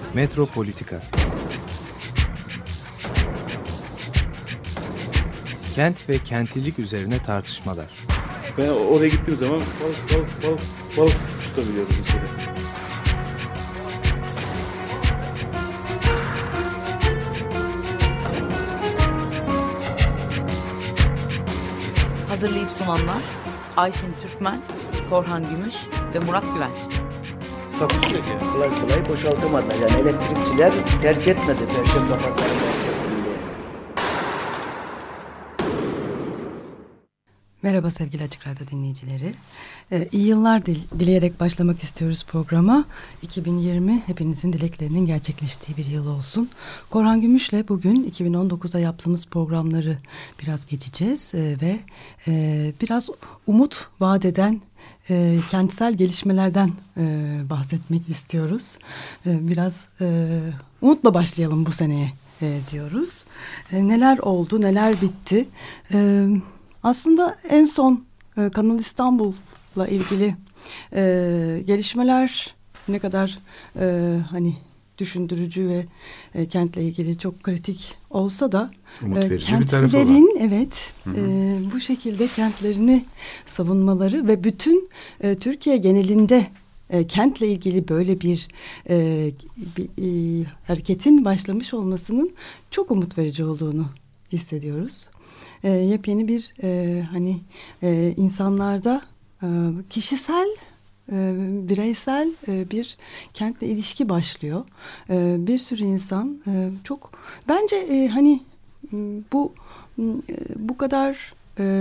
Metropolitika. Kent ve kentlilik üzerine tartışmalar. Ben oraya gittiğim zaman balık tutabiliyorum mesela. Hazırlayıp sunanlar Aysin Türkmen, Korhan Gümüş ve Murat Güvenç. Takusuyor ki. Kolay kolay boşaltamadılar. Yani elektrikçiler terk etmedi Perşembe Pazarı merkezini. Merhaba sevgili Açık Radyo dinleyicileri. İyi yıllar dileyerek başlamak istiyoruz programa. 2020 hepinizin dileklerinin gerçekleştiği bir yıl olsun. Korhan Gümüş'le bugün 2019'da yaptığımız programları biraz geçeceğiz ve biraz umut vaat eden kentsel gelişmelerden bahsetmek istiyoruz. Biraz umutla başlayalım bu seneye diyoruz. Neler oldu, neler bitti? Aslında en son Kanal İstanbul'la ilgili gelişmeler ne kadar düşündürücü ve kentle ilgili çok kritik olsa da kentlilerin bu şekilde kentlerini savunmaları ve bütün Türkiye genelinde kentle ilgili böyle bir hareketin başlamış olmasının çok umut verici olduğunu hissediyoruz. Yepyeni bir insanlarda kişisel, bireysel bir kentle ilişki başlıyor. Bir sürü insan çok bence bu kadar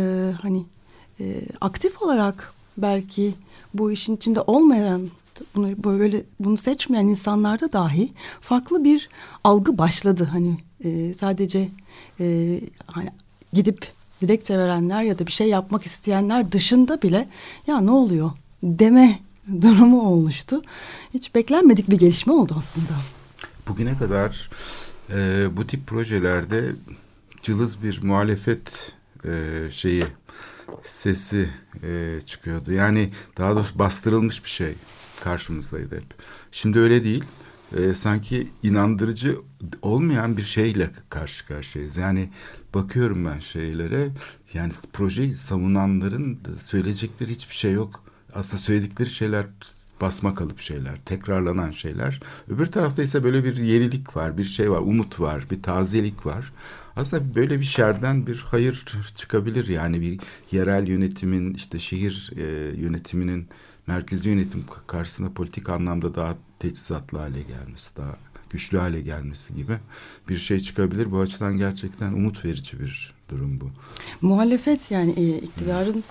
aktif olarak belki bu işin içinde olmayan bunu seçmeyen insanlarda dahi farklı bir algı başladı. Sadece gidip dilekçe verenler ya da bir şey yapmak isteyenler dışında bile ya ne oluyor deme durumu oluştu. Hiç beklenmedik bir gelişme oldu aslında. Bugüne kadar bu tip projelerde cılız bir muhalefet sesi çıkıyordu. Yani daha doğrusu bastırılmış bir şey karşımızdaydı hep. Şimdi öyle değil. Sanki inandırıcı olmayan bir şeyle karşı karşıyayız. Yani bakıyorum ben şeylere, yani projeyi savunanların söyleyecekleri hiçbir şey yok. Aslında söyledikleri şeyler basma kalıp şeyler, tekrarlanan şeyler. Öbür tarafta ise böyle bir yenilik var, bir şey var, umut var, bir tazelik var. Aslında böyle bir şerden bir hayır çıkabilir. Yani bir yerel yönetimin, işte şehir yönetiminin merkezi yönetim karşısında politik anlamda daha teçhizatlı hale gelmesi, daha güçlü hale gelmesi gibi bir şey çıkabilir. Bu açıdan gerçekten umut verici bir durum bu. Muhalefet yani iktidarın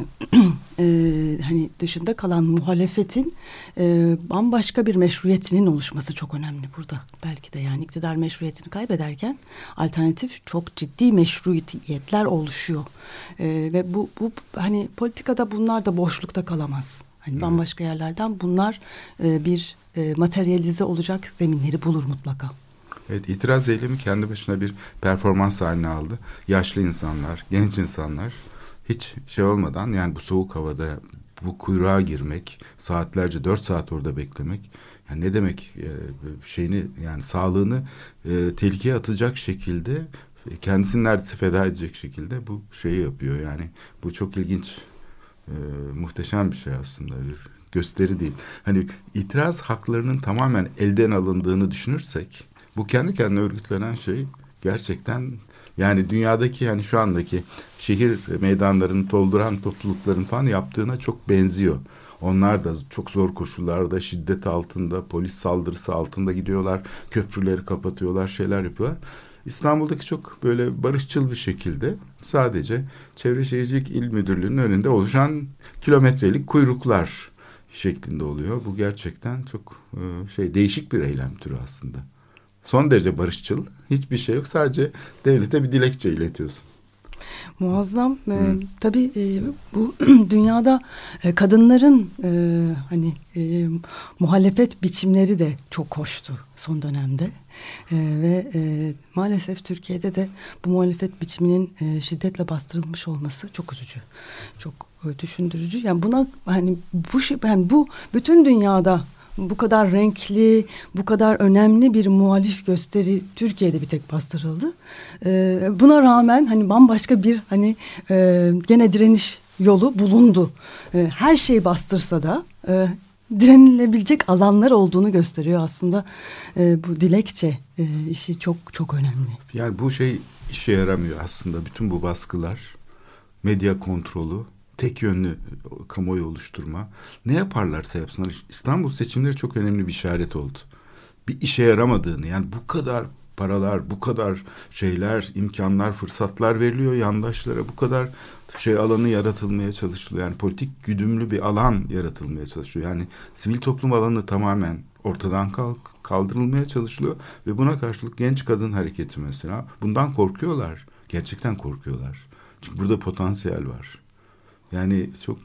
dışında kalan muhalefetin bambaşka bir meşruiyetinin oluşması çok önemli burada. Belki de yani iktidar meşruiyetini kaybederken alternatif çok ciddi meşruiyetler oluşuyor. Ve bu politikada bunlar da boşlukta kalamaz. Bambaşka yerlerden bunlar bir materyalize olacak zeminleri bulur mutlaka. Evet, itiraz eylemi kendi başına bir performans haline aldı. Yaşlı insanlar, genç insanlar hiç şey olmadan, yani bu soğuk havada bu kuyruğa girmek, saatlerce 4 saat orada beklemek, yani ne demek, yani sağlığını tehlikeye atacak şekilde, kendisini neredeyse feda edecek şekilde bu şeyi yapıyor. Yani bu çok ilginç, muhteşem bir şey aslında, bir gösteri değil. İtiraz haklarının tamamen elden alındığını düşünürsek, bu kendi kendine örgütlenen şey gerçekten, yani dünyadaki, şu andaki şehir meydanlarını dolduran toplulukların falan yaptığına çok benziyor. Onlar da çok zor koşullarda, şiddet altında, polis saldırısı altında gidiyorlar, köprüleri kapatıyorlar, şeyler yapıyorlar. İstanbul'daki çok böyle barışçıl bir şekilde sadece Çevre Şehircilik İl Müdürlüğü'nün önünde oluşan kilometrelik kuyruklar şeklinde oluyor. Bu gerçekten çok değişik bir eylem türü aslında. Son derece barışçıl, hiçbir şey yok, sadece devlete bir dilekçe iletiyorsun. Muazzam. Tabii bu dünyada kadınların muhalefet biçimleri de çok hoştu son dönemde. Ve maalesef Türkiye'de de bu muhalefet biçiminin şiddetle bastırılmış olması çok üzücü. Çok düşündürücü. Yani buna bu bütün dünyada bu kadar renkli, bu kadar önemli bir muhalif gösteri Türkiye'de bir tek bastırıldı. Buna rağmen hani bambaşka bir hani gene direniş yolu bulundu. Her şeyi bastırsa da direnilebilecek alanlar olduğunu gösteriyor aslında. Bu dilekçe işi çok çok önemli. Yani bu şey işe yaramıyor aslında. Bütün bu baskılar, medya kontrolü, tek yönlü kamuoyu oluşturma. Ne yaparlarsa yapsınlar. İstanbul seçimleri çok önemli bir işaret oldu. Bir işe yaramadığını, yani bu kadar paralar, bu kadar şeyler, imkanlar, fırsatlar veriliyor yandaşlara. Bu kadar alanı yaratılmaya çalışılıyor. Yani politik güdümlü bir alan yaratılmaya çalışılıyor. Yani sivil toplum alanı tamamen ortadan kaldırılmaya çalışılıyor. Ve buna karşılık genç kadın hareketi mesela. Bundan korkuyorlar. Gerçekten korkuyorlar. Çünkü burada potansiyel var. Yani çok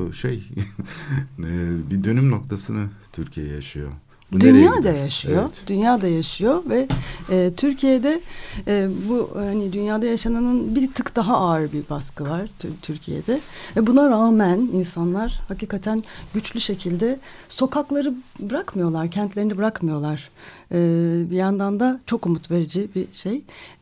bir dönüm noktasını Türkiye yaşıyor. Dünya da yaşıyor. Evet. Dünya da yaşıyor ve Türkiye'de bu hani dünyada yaşananın bir tık daha ağır bir baskı var Türkiye'de. Ve buna rağmen insanlar hakikaten güçlü şekilde sokakları bırakmıyorlar, kentlerini bırakmıyorlar. Bir yandan da çok umut verici bir şey.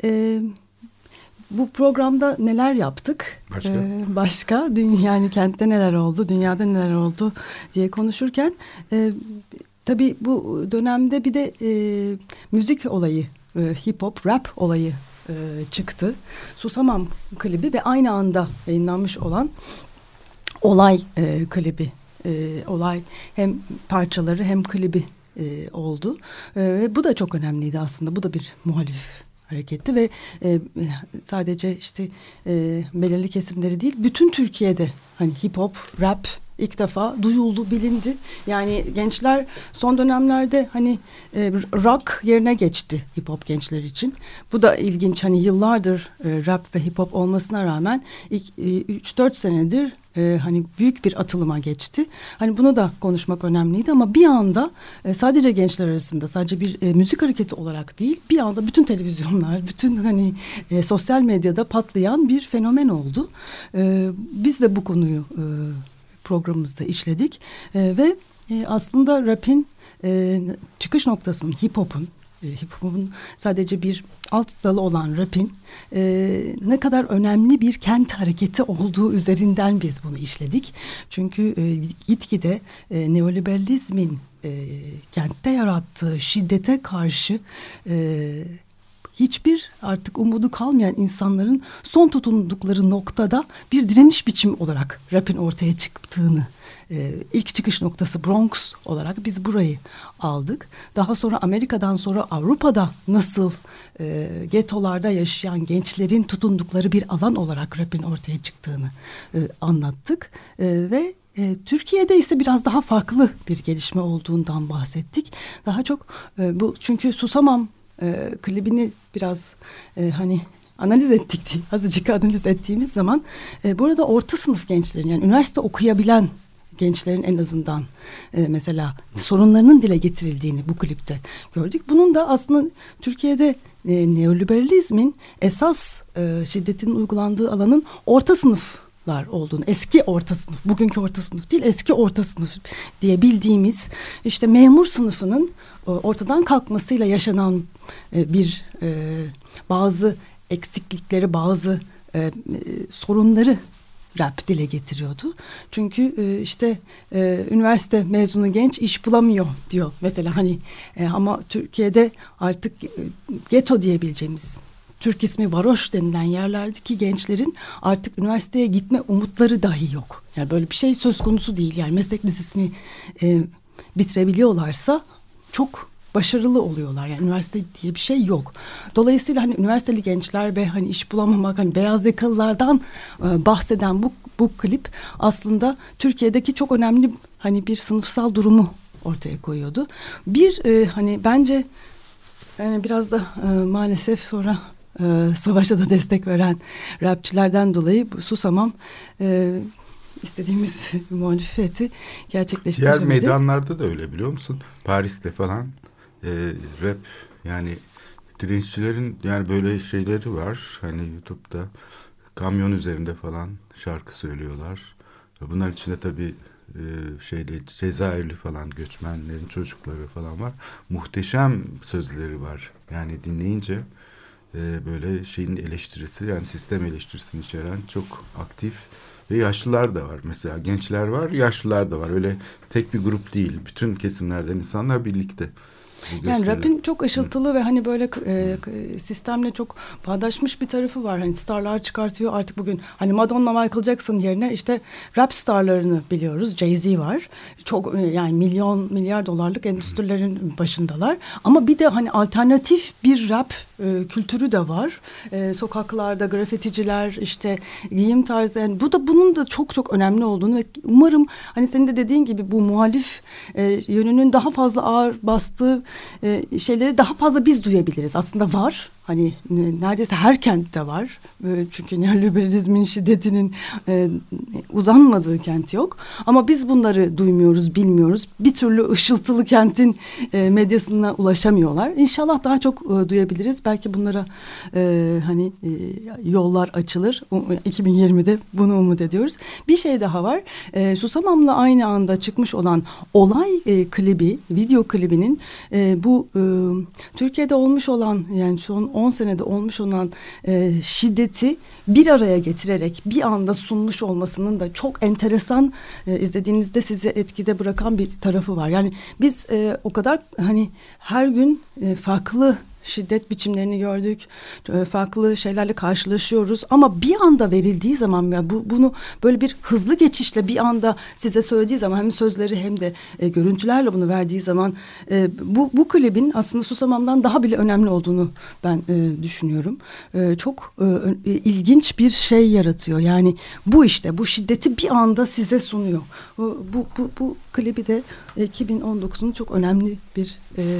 Bu programda neler yaptık? Başka yani kentte neler oldu, dünyada neler oldu diye konuşurken tabii bu dönemde bir de müzik olayı, hip hop, rap olayı çıktı. Susamam klibi ve aynı anda yayınlanmış olan Olay klibi. Olay hem parçaları hem klibi oldu. Bu da çok önemliydi aslında. Bu da bir muhalif hareketti ve sadece işte belirli kesimleri değil, bütün Türkiye'de hani hip hop, rap ilk defa duyuldu, bilindi. Yani gençler son dönemlerde hani rock yerine geçti hip hop gençler için. Bu da ilginç, hani yıllardır rap ve hip hop olmasına rağmen 3-4 senedir hani büyük bir atılıma geçti. Hani bunu da konuşmak önemliydi ama bir anda sadece gençler arasında, sadece bir müzik hareketi olarak değil, bir anda bütün televizyonlar, bütün hani sosyal medyada patlayan bir fenomen oldu. Biz de bu konuyu programımızda işledik ve aslında rap'in çıkış noktasının hip hop'un sadece bir alt dalı olan rap'in ne kadar önemli bir kent hareketi olduğu üzerinden biz bunu işledik. Çünkü gitgide neoliberalizmin kentte yarattığı şiddete karşı hiçbir artık umudu kalmayan insanların son tutundukları noktada bir direniş biçimi olarak rap'in ortaya çıktığını, ilk çıkış noktası Bronx olarak biz burayı aldık. Daha sonra Amerika'dan sonra Avrupa'da nasıl getolarda yaşayan gençlerin tutundukları bir alan olarak rap'in ortaya çıktığını anlattık ve Türkiye'de ise biraz daha farklı bir gelişme olduğundan bahsettik. Daha çok bu, çünkü Susamam klibini biraz hani analiz ettik, azıcık analiz ettiğimiz zaman burada orta sınıf gençlerin, yani üniversite okuyabilen gençlerin en azından mesela sorunlarının dile getirildiğini bu klipte gördük. Bunun da aslında Türkiye'de neoliberalizmin esas şiddetin uygulandığı alanın orta sınıflar olduğunu, eski orta sınıf, bugünkü orta sınıf değil, eski orta sınıf diye bildiğimiz işte memur sınıfının ortadan kalkmasıyla yaşanan bir bazı eksiklikleri, bazı sorunları rap dile getiriyordu. Çünkü işte üniversite mezunu genç iş bulamıyor diyor mesela, hani ama Türkiye'de artık geto diyebileceğimiz, Türk ismi varoş denilen yerlerdeki gençlerin artık üniversiteye gitme umutları dahi yok. Yani böyle bir şey söz konusu değil. Yani meslek lisesini bitirebiliyorlarsa çok başarılı oluyorlar. Yani üniversite diye bir şey yok. Dolayısıyla hani üniversiteli gençler ve hani iş bulamamak, hani beyaz yakalılardan bahseden bu klip aslında Türkiye'deki çok önemli hani bir sınıfsal durumu ortaya koyuyordu. Bir hani bence yani biraz da maalesef sonra savaşa da destek veren rapçilerden dolayı bu Susamam istediğimiz muhalefeti gerçekleştiremedi. Diğer meydanlarda da öyle, biliyor musun? Paris'te falan rap, yani direnişçilerin yani böyle şeyleri var. Hani YouTube'da kamyon üzerinde falan şarkı söylüyorlar. Bunlar içinde tabii Cezayirli falan göçmenlerin çocukları falan var. Muhteşem sözleri var. Yani dinleyince böyle şeyin eleştirisi, yani sistem eleştirisini içeren çok aktif ve yaşlılar da var. Mesela gençler var, yaşlılar da var. Öyle tek bir grup değil. Bütün kesimlerden insanlar birlikte. Yani rap'in çok ışıltılı ve hani böyle sistemle çok bağdaşmış bir tarafı var. Hani starlar çıkartıyor artık bugün. Hani Madonna, Michael Jackson yerine işte rap starlarını biliyoruz. Jay-Z var. Çok yani milyar dolarlık endüstrilerin başındalar. Ama bir de hani alternatif bir rap kültürü de var. Sokaklarda grafiticiler, işte giyim tarzı. Yani bunun da çok çok önemli olduğunu ve umarım hani senin de dediğin gibi bu muhalif yönünün daha fazla ağır bastığı şeyleri daha fazla biz duyabiliriz. Aslında var. Hani neredeyse her kentte var. Çünkü neoliberalizmin şiddetinin uzanmadığı kent yok. Ama biz bunları duymuyoruz, bilmiyoruz. Bir türlü ışıltılı kentin medyasına ulaşamıyorlar. İnşallah daha çok duyabiliriz. Belki bunlara yollar açılır. 2020'de bunu umut ediyoruz. Bir şey daha var. Susamam'la aynı anda çıkmış olan Olay klibi, video klibinin bu Türkiye'de olmuş olan, yani son 10 senede olmuş olan şiddeti bir araya getirerek bir anda sunmuş olmasının da çok enteresan, izlediğinizde sizi etkide bırakan bir tarafı var. Yani biz o kadar hani her gün farklı şiddet biçimlerini gördük, farklı şeylerle karşılaşıyoruz ama bir anda verildiği zaman, yani bunu böyle bir hızlı geçişle bir anda size söylediği zaman, hem sözleri hem de görüntülerle bunu verdiği zaman bu klibin aslında Susamam'dan daha bile önemli olduğunu ben düşünüyorum. Çok ilginç bir şey yaratıyor. Yani bu şiddeti bir anda size sunuyor. Bu klibi de 2019'un çok önemli bir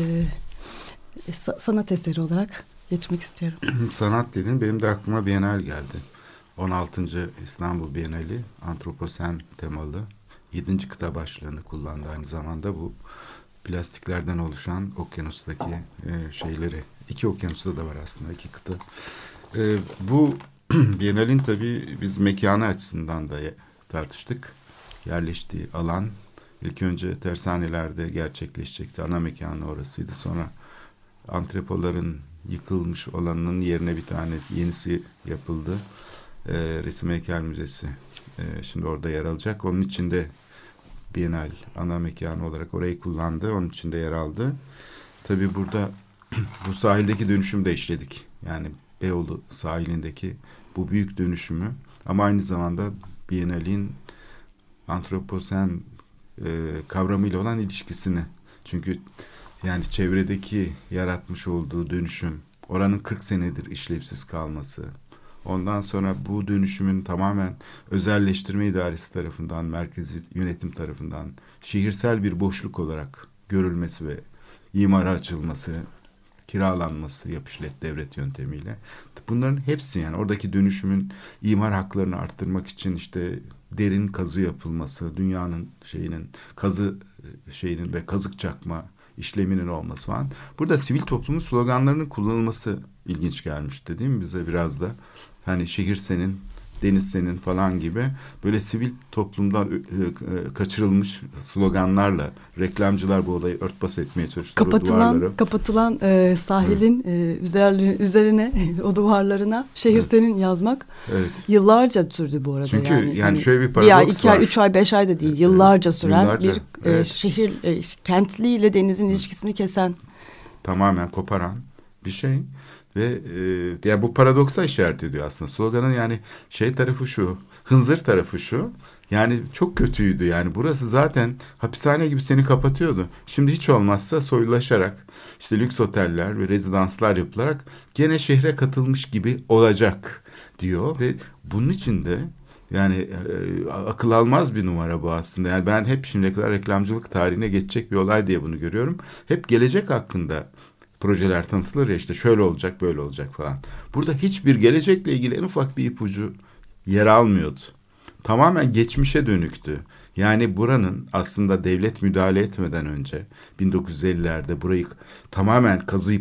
sanat eseri olarak geçmek istiyorum. Sanat dedin, benim de aklıma Bienal geldi. 16. İstanbul Bienali antroposen temalı 7. kıta başlığını kullandı. Aynı zamanda bu plastiklerden oluşan okyanustaki şeyleri. 2 okyanusta da var aslında, 2 kıta. Bu Bienal'in tabii biz mekanı açısından da tartıştık. Yerleştiği alan ilk önce tersanelerde gerçekleşecekti. Ana mekanı orasıydı. Sonra antrepoların yıkılmış olanının yerine bir tane yenisi yapıldı. Resim Heykel Müzesi şimdi orada yer alacak. Onun içinde Bienal ana mekanı olarak orayı kullandı. Onun içinde yer aldı. Tabii burada bu sahildeki dönüşümü de işledik. Yani Beyoğlu sahilindeki bu büyük dönüşümü, ama aynı zamanda Bienal'in antroposen kavramıyla olan ilişkisini. Çünkü yani çevredeki yaratmış olduğu dönüşüm, oranın 40 senedir işlevsiz kalması, ondan sonra bu dönüşümün tamamen özelleştirme idaresi tarafından, merkezi yönetim tarafından şehirsel bir boşluk olarak görülmesi ve imara açılması, kiralanması, yapışlet devlet yöntemiyle. Bunların hepsi, yani oradaki dönüşümün imar haklarını arttırmak için işte derin kazı yapılması, dünyanın kazı ve kazık çakma işleminin olması falan. Burada sivil toplumun sloganlarının kullanılması ilginç gelmişti, değil mi bize biraz da? Hani şehir senin, deniz senin falan gibi böyle sivil toplumdan kaçırılmış sloganlarla reklamcılar bu olayı örtbas etmeye çalıştılar. Kapatılan sahilin üzerine o duvarlarına şehir senin yazmak yıllarca sürdü bu arada. Çünkü yani şöyle bir paradoks var. 2 ay, 3 ay, 5 ay da değil, yıllarca süren bir şehir, kentliyle denizin ilişkisini kesen, tamamen koparan bir şey. Ve yani bu paradoksa işaret ediyor aslında sloganın. Yani tarafı şu, hınzır tarafı şu, yani çok kötüydü. Yani burası zaten hapishane gibi seni kapatıyordu. Şimdi hiç olmazsa soyulaşarak işte lüks oteller ve rezidanslar yapılarak gene şehre katılmış gibi olacak diyor. Ve bunun için de yani akıl almaz bir numara bu aslında. Yani ben hep şimdiye kadar reklamcılık tarihine geçecek bir olay diye bunu görüyorum. Hep gelecek hakkında projeler tanıtılır ya, işte şöyle olacak, böyle olacak falan. Burada hiçbir gelecekle ilgili en ufak bir ipucu yer almıyordu. Tamamen geçmişe dönüktü. Yani buranın aslında devlet müdahale etmeden önce 1950'lerde burayı tamamen kazıyıp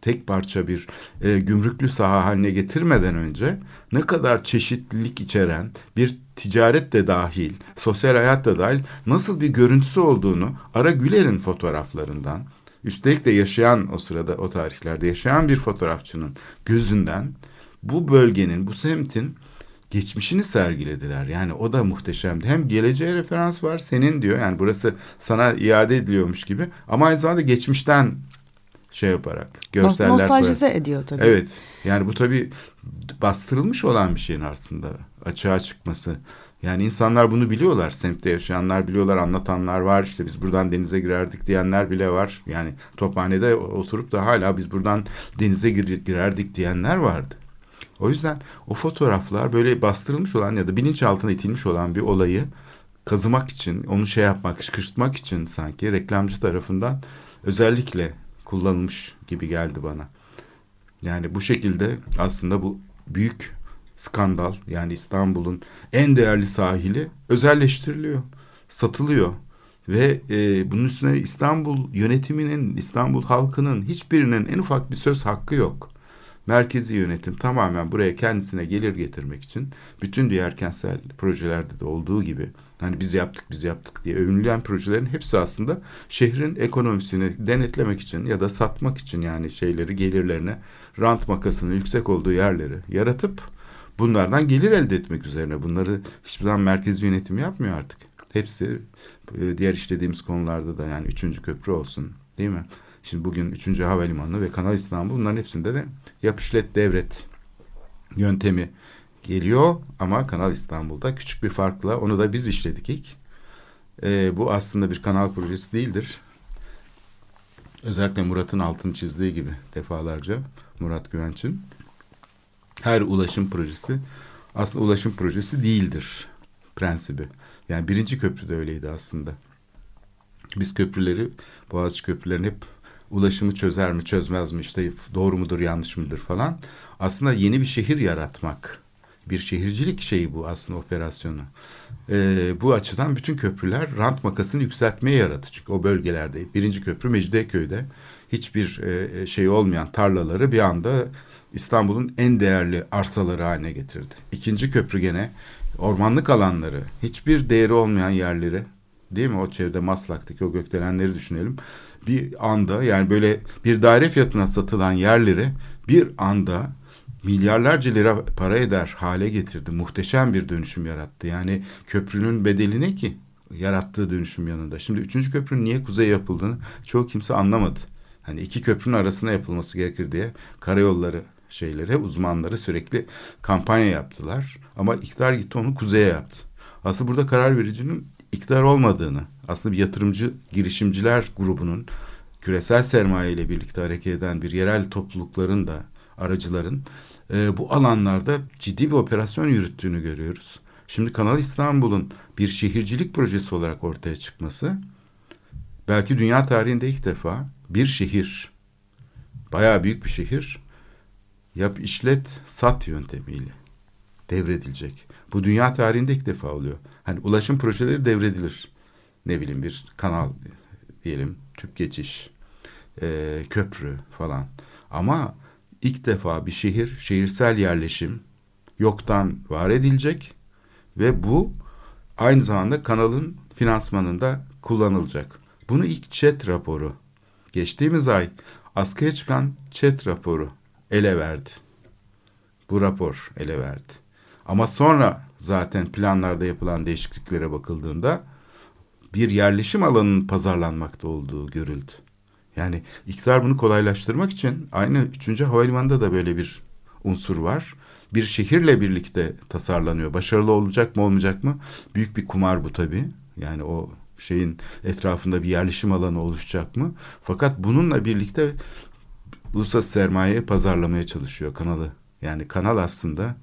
tek parça bir gümrüklü saha haline getirmeden önce ne kadar çeşitlilik içeren bir ticaret de dahil, sosyal hayat da dahil nasıl bir görüntüsü olduğunu Ara Güler'in fotoğraflarından, üstelik de yaşayan o sırada o tarihlerde yaşayan bir fotoğrafçının gözünden bu bölgenin, bu semtin geçmişini sergilediler. Yani o da muhteşemdi. Hem geleceğe referans var, senin diyor. Yani burası sana iade ediliyormuş gibi. Ama aynı zamanda geçmişten şey yaparak, görseller nostaljize ediyor tabii. Evet. Yani bu tabii bastırılmış olan bir şeyin aslında açığa çıkması. Yani insanlar bunu biliyorlar. Semtte yaşayanlar biliyorlar, anlatanlar var. İşte biz buradan denize girerdik diyenler bile var. Yani Tophane'de oturup da hala biz buradan denize girerdik diyenler vardı. O yüzden o fotoğraflar böyle bastırılmış olan ya da bilinçaltına itilmiş olan bir olayı kazımak için, onu şey yapmak, kışkırtmak için sanki reklamcı tarafından özellikle kullanılmış gibi geldi bana. Yani bu şekilde aslında bu büyük skandal, yani İstanbul'un en değerli sahili özelleştiriliyor, satılıyor. Ve bunun üstüne İstanbul yönetiminin, İstanbul halkının hiçbirinin en ufak bir söz hakkı yok. Merkezi yönetim tamamen buraya kendisine gelir getirmek için bütün diğer kentsel projelerde de olduğu gibi hani biz yaptık diye övünülen projelerin hepsi aslında şehrin ekonomisini denetlemek için ya da satmak için, yani şeyleri, gelirlerini, rant makasının yüksek olduğu yerleri yaratıp bunlardan gelir elde etmek üzerine. Bunları hiçbir zaman merkezi yönetim yapmıyor artık. Hepsi diğer işlediğimiz konularda da, yani 3. köprü olsun, değil mi? Şimdi bugün 3. Havalimanı ve Kanal İstanbul, bunların hepsinde de yap işlet devret yöntemi geliyor. Ama Kanal İstanbul'da küçük bir farkla, onu da biz işledik ilk. Bu aslında bir kanal projesi değildir. Özellikle Murat'ın altını çizdiği gibi defalarca, Murat Güvenç'in. Her ulaşım projesi aslında ulaşım projesi değildir prensibi. Yani 1. köprü de öyleydi aslında. Biz köprüleri, Boğaziçi köprülerini hep ulaşımı çözer mi çözmez mi, işte doğru mudur yanlış mıdır falan. Aslında yeni bir şehir yaratmak, bir şehircilik şeyi bu aslında, operasyonu. Bu açıdan bütün köprüler rant makasını yükseltmeye yarattı. Çünkü o bölgelerde 1. köprü Mecidiyeköy'de hiçbir şey olmayan tarlaları bir anda İstanbul'un en değerli arsaları haline getirdi. 2. köprü gene ormanlık alanları, hiçbir değeri olmayan yerleri, değil mi? O çevrede Maslak'taki o gökdelenleri düşünelim. Bir anda, yani böyle bir daire fiyatına satılan yerleri bir anda milyarlarca lira para eder hale getirdi. Muhteşem bir dönüşüm yarattı. Yani köprünün bedeli ne ki? Yarattığı dönüşüm yanında. Şimdi 3. köprünün niye kuzeye yapıldığını çoğu kimse anlamadı. Hani 2 köprünün arasına yapılması gerekir diye karayolları uzmanları sürekli kampanya yaptılar. Ama iktidar gitti onu kuzeye yaptı. Aslında burada karar vericinin iktidar olmadığını, aslında bir yatırımcı girişimciler grubunun küresel sermaye ile birlikte hareket eden bir yerel toplulukların da, aracıların bu alanlarda ciddi bir operasyon yürüttüğünü görüyoruz. Şimdi Kanal İstanbul'un bir şehircilik projesi olarak ortaya çıkması, belki dünya tarihinde ilk defa bir şehir, bayağı büyük bir şehir, yap işlet sat yöntemiyle devredilecek. Bu dünya tarihinde ilk defa oluyor. Hani ulaşım projeleri devredilir. Ne bileyim, bir kanal diyelim, tüp geçiş, köprü falan. Ama ilk defa bir şehir, şehirsel yerleşim yoktan var edilecek ve bu aynı zamanda kanalın finansmanında kullanılacak. Bunu ilk ÇED raporu, geçtiğimiz ay askıya çıkan ÇED raporu ele verdi. Bu rapor ele verdi. Ama sonra zaten planlarda yapılan değişikliklere bakıldığında bir yerleşim alanının pazarlanmakta olduğu görüldü. Yani iktidar bunu kolaylaştırmak için, aynı 3. Havalimanı'nda da böyle bir unsur var. Bir şehirle birlikte tasarlanıyor. Başarılı olacak mı olmayacak mı? Büyük bir kumar bu tabii. Yani o şeyin etrafında bir yerleşim alanı oluşacak mı? Fakat bununla birlikte uluslararası sermayeye pazarlamaya çalışıyor kanalı. Yani kanal aslında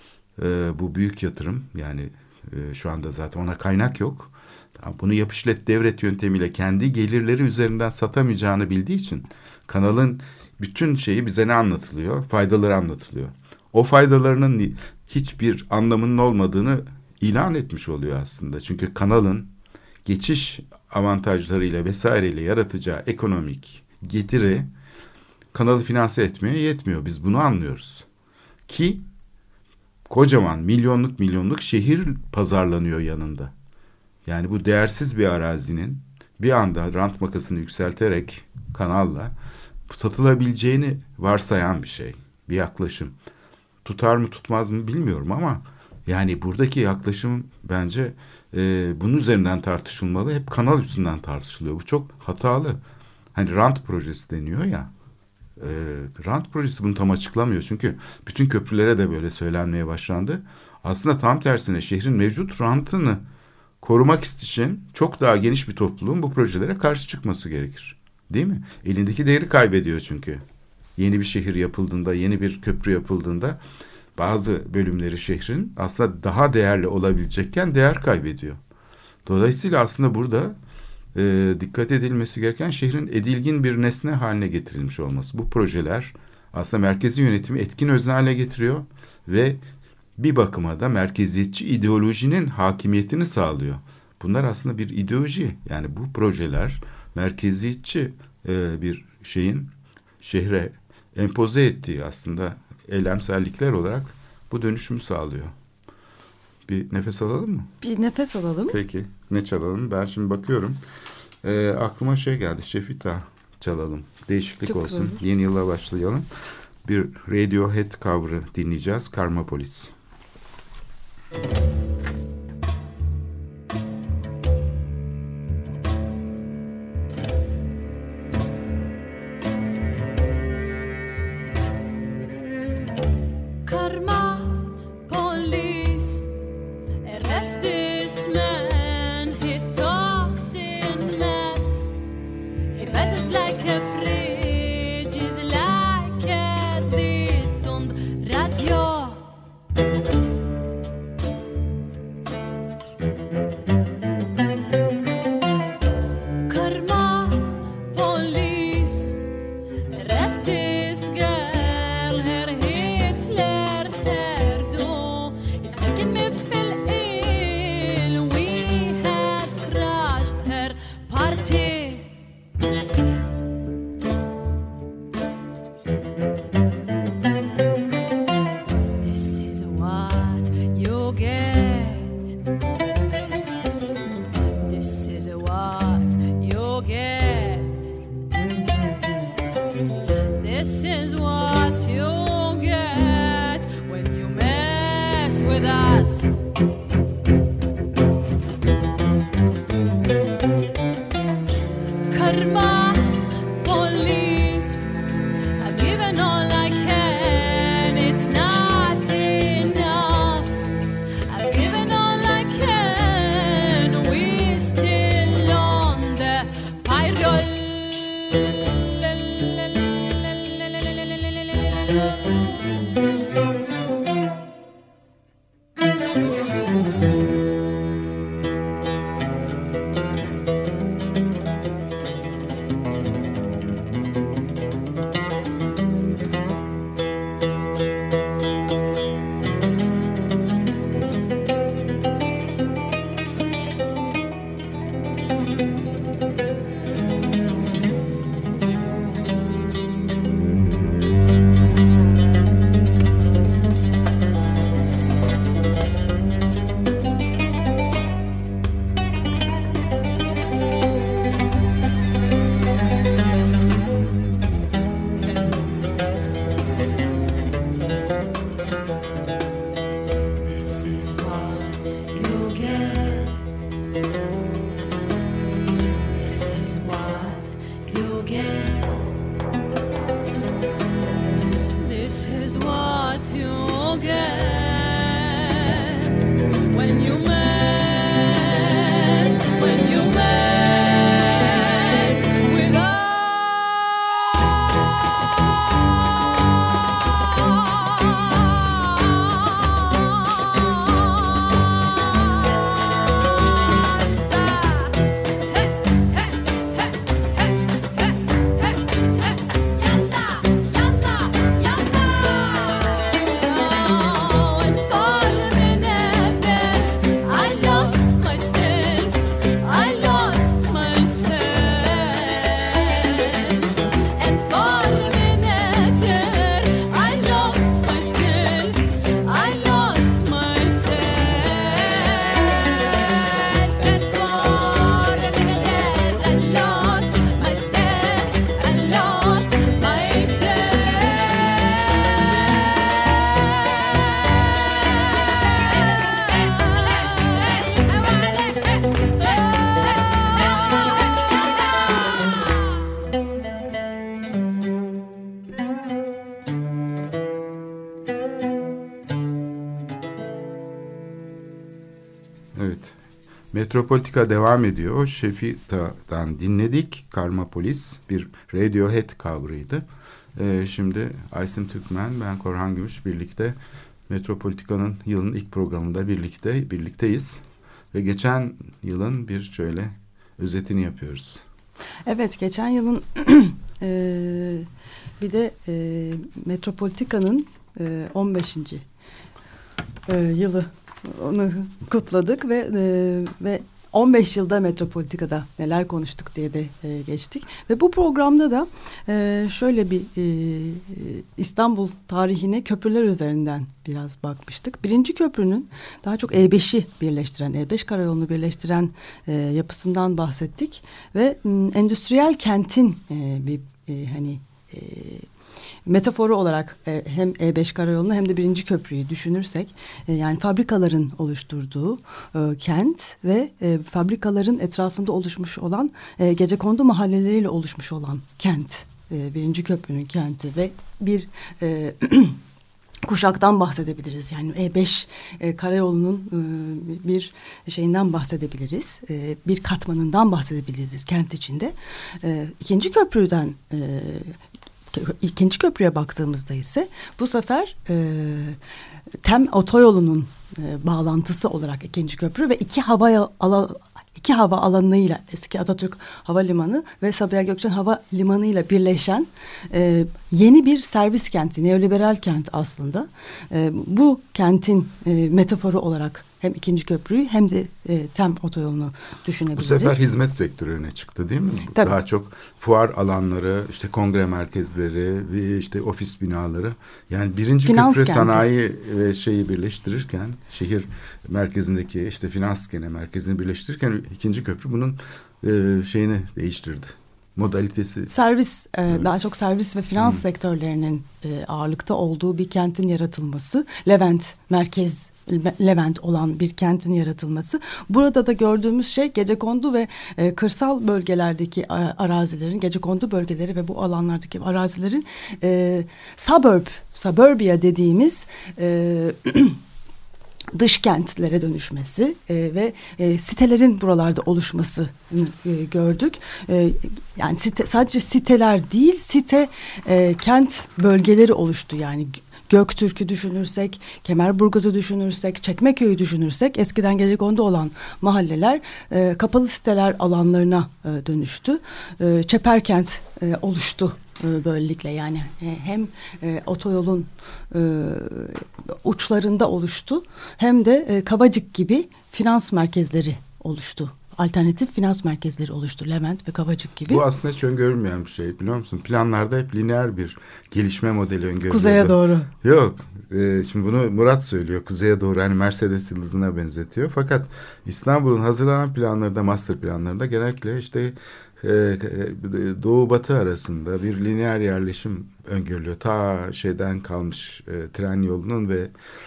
bu büyük yatırım, yani şu anda zaten ona kaynak yok. Bunu yap işlet devret yöntemiyle kendi gelirleri üzerinden satamayacağını bildiği için kanalın bütün şeyi bize ne anlatılıyor? Faydaları anlatılıyor. O faydalarının hiçbir anlamının olmadığını ilan etmiş oluyor aslında. Çünkü kanalın geçiş avantajlarıyla vesaireyle yaratacağı ekonomik getiri kanalı finanse etmeye yetmiyor. Biz bunu anlıyoruz. Ki kocaman milyonluk şehir pazarlanıyor yanında. Yani bu değersiz bir arazinin bir anda rant makasını yükselterek kanalla satılabileceğini varsayan bir şey, bir yaklaşım. Tutar mı tutmaz mı bilmiyorum ama yani buradaki yaklaşım bence bunun üzerinden tartışılmalı. Hep kanal üstünden tartışılıyor. Bu çok hatalı. Hani rant projesi deniyor ya. Rant projesi bunu tam açıklamıyor. Çünkü bütün köprülere de böyle söylenmeye başlandı. Aslında tam tersine şehrin mevcut rantını korumak için çok daha geniş bir topluluğun bu projelere karşı çıkması gerekir. Değil mi? Elindeki değeri kaybediyor çünkü. Yeni bir şehir yapıldığında, yeni bir köprü yapıldığında bazı bölümleri şehrin aslında daha değerli olabilecekken değer kaybediyor. Dolayısıyla aslında burada dikkat edilmesi gereken şehrin edilgin bir nesne haline getirilmiş olması. Bu projeler aslında merkezi yönetimi etkin özne hale getiriyor ve bir bakıma da merkeziyetçi ideolojinin hakimiyetini sağlıyor. Bunlar aslında bir ideoloji. Yani bu projeler merkeziyetçi bir şeyin şehre empoze ettiği aslında eylemsellikler olarak bu dönüşümü sağlıyor. Bir nefes alalım mı? Bir nefes alalım. Peki. Ne çalalım? Ben şimdi bakıyorum. Aklıma şey geldi. Şefita çalalım. Değişiklik Çok olsun. olur. Yeni yıla başlayalım. Bir Radiohead cover'ı dinleyeceğiz. Karmapolis. Evet. Metropolitika devam ediyor. Şefita'dan dinledik. Karmapolis bir Radiohead cover'ıydı. Şimdi Aysim Türkmen, ben Korhan Gümüş birlikte Metropolitika'nın yılın ilk programında birlikteyiz. Ve geçen yılın bir şöyle özetini yapıyoruz. Evet, geçen yılın bir de Metropolitika'nın 15. Yılı onu kutladık ve 15 yılda Metropolitika'da neler konuştuk diye de geçtik. Ve bu programda da şöyle bir İstanbul tarihine köprüler üzerinden biraz bakmıştık. Birinci köprünün daha çok E5'i birleştiren, E5 karayolunu birleştiren yapısından bahsettik. Ve endüstriyel kentin bir metaforu olarak hem E5 karayolunu hem de birinci köprüyü düşünürsek yani fabrikaların oluşturduğu kent ve fabrikaların etrafında oluşmuş olan gecekondu mahalleleriyle oluşmuş olan kent, birinci köprünün kenti ve bir kuşaktan bahsedebiliriz. Yani E5 karayolunun bir şeyinden bahsedebiliriz. Bir katmanından bahsedebiliriz kent içinde. İkinci köprüye baktığımızda ise bu sefer TEM otoyolunun bağlantısı olarak ikinci köprü ve iki hava alanıyla eski Atatürk Havalimanı ve Sabiha Gökçen Havalimanı ile birleşen yeni bir servis kenti, neoliberal kent aslında. Bu kentin metaforu olarak hem ikinci köprüyü hem de TEM otoyolunu düşünebiliriz. Bu sefer hizmet sektörü öne çıktı değil mi? Tabii. Daha çok fuar alanları, işte kongre merkezleri ve işte ofis binaları. Yani birinci finans köprü kenti. sanayi ve şeyi birleştirirken, şehir merkezindeki işte finans gene merkezini birleştirirken ikinci köprü bunun şeyini değiştirdi. Modalitesi. Servis, daha çok servis ve finans sektörlerinin ağırlıkta olduğu bir kentin yaratılması, Levent olan bir kentin yaratılması. Burada da gördüğümüz şey gecekondu ve kırsal bölgelerdeki arazilerin, gecekondu bölgeleri ve bu alanlardaki arazilerin suburbia dediğimiz dış kentlere dönüşmesi ve sitelerin buralarda oluşmasını gördük. Yani sadece siteler değil, kent bölgeleri oluştu. Yani Göktürk'ü düşünürsek, Kemerburgaz'ı düşünürsek, Çekmeköy'ü düşünürsek eskiden gecekondu olan mahalleler kapalı siteler alanlarına dönüştü. Çeperkent oluştu böylelikle yani hem otoyolun uçlarında oluştu hem de Kavacık gibi finans merkezleri oluştu. Alternatif finans merkezleri oluştu. Levent ve Kavacık gibi. Bu aslında hiç öngörülmeyen bir şey biliyor musun? Planlarda hep lineer bir gelişme modeli öngörülüyordu. Kuzeye doğru. Yok. Şimdi bunu Murat söylüyor. Kuzeye doğru hani Mercedes yıldızına benzetiyor. Fakat İstanbul'un hazırlanan planlarında, master planlarında genellikle işte doğu batı arasında bir lineer yerleşim öngörülüyor. Ta şeyden kalmış tren yolunun ve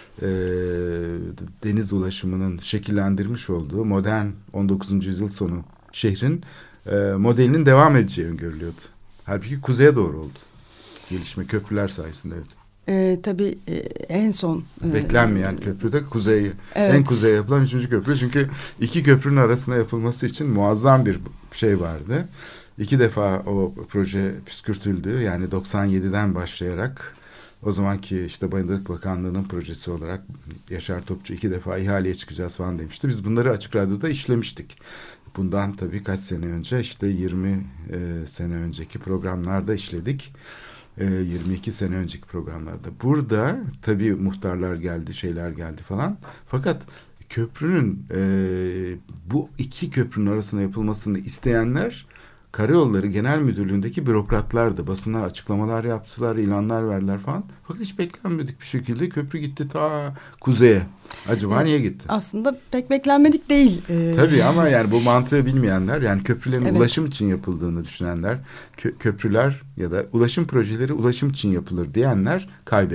deniz ulaşımının şekillendirmiş olduğu modern 19. yüzyıl sonu şehrin modelinin devam edeceği öngörülüyordu. Halbuki kuzeye doğru oldu. Gelişme köprüler sayesinde. Tabii en son beklenmeyen köprüde kuzey, evet. En kuzeye yapılan 3. köprü. Çünkü iki köprünün arasına yapılması için muazzam bir şey vardı. 2 defa o proje püskürtüldü. Yani 97'den başlayarak o zamanki işte Bayındırlık Bakanlığı'nın projesi olarak Yaşar Topçu 2 defa ihaleye çıkacağız falan demişti. Biz bunları Açık Radyo'da işlemiştik. Bundan tabii kaç sene önce işte 20 sene önceki programlarda işledik. 22 sene önceki programlarda. Burada tabii muhtarlar geldi, şeyler geldi falan. Fakat köprünün bu iki köprünün arasına yapılmasını isteyenler Karayolları Genel Müdürlüğü'ndeki bürokratlardı. Basına açıklamalar yaptılar, ilanlar verdiler falan. Fakat hiç beklenmedik bir şekilde köprü gitti ta kuzeye. Acaba niye gitti? Aslında pek beklenmedik değil. Tabii ama yani bu mantığı bilmeyenler, yani köprülerin evet. ulaşım için yapıldığını düşünenler, köprüler ya da ulaşım projeleri ulaşım için yapılır diyenler kaybetti.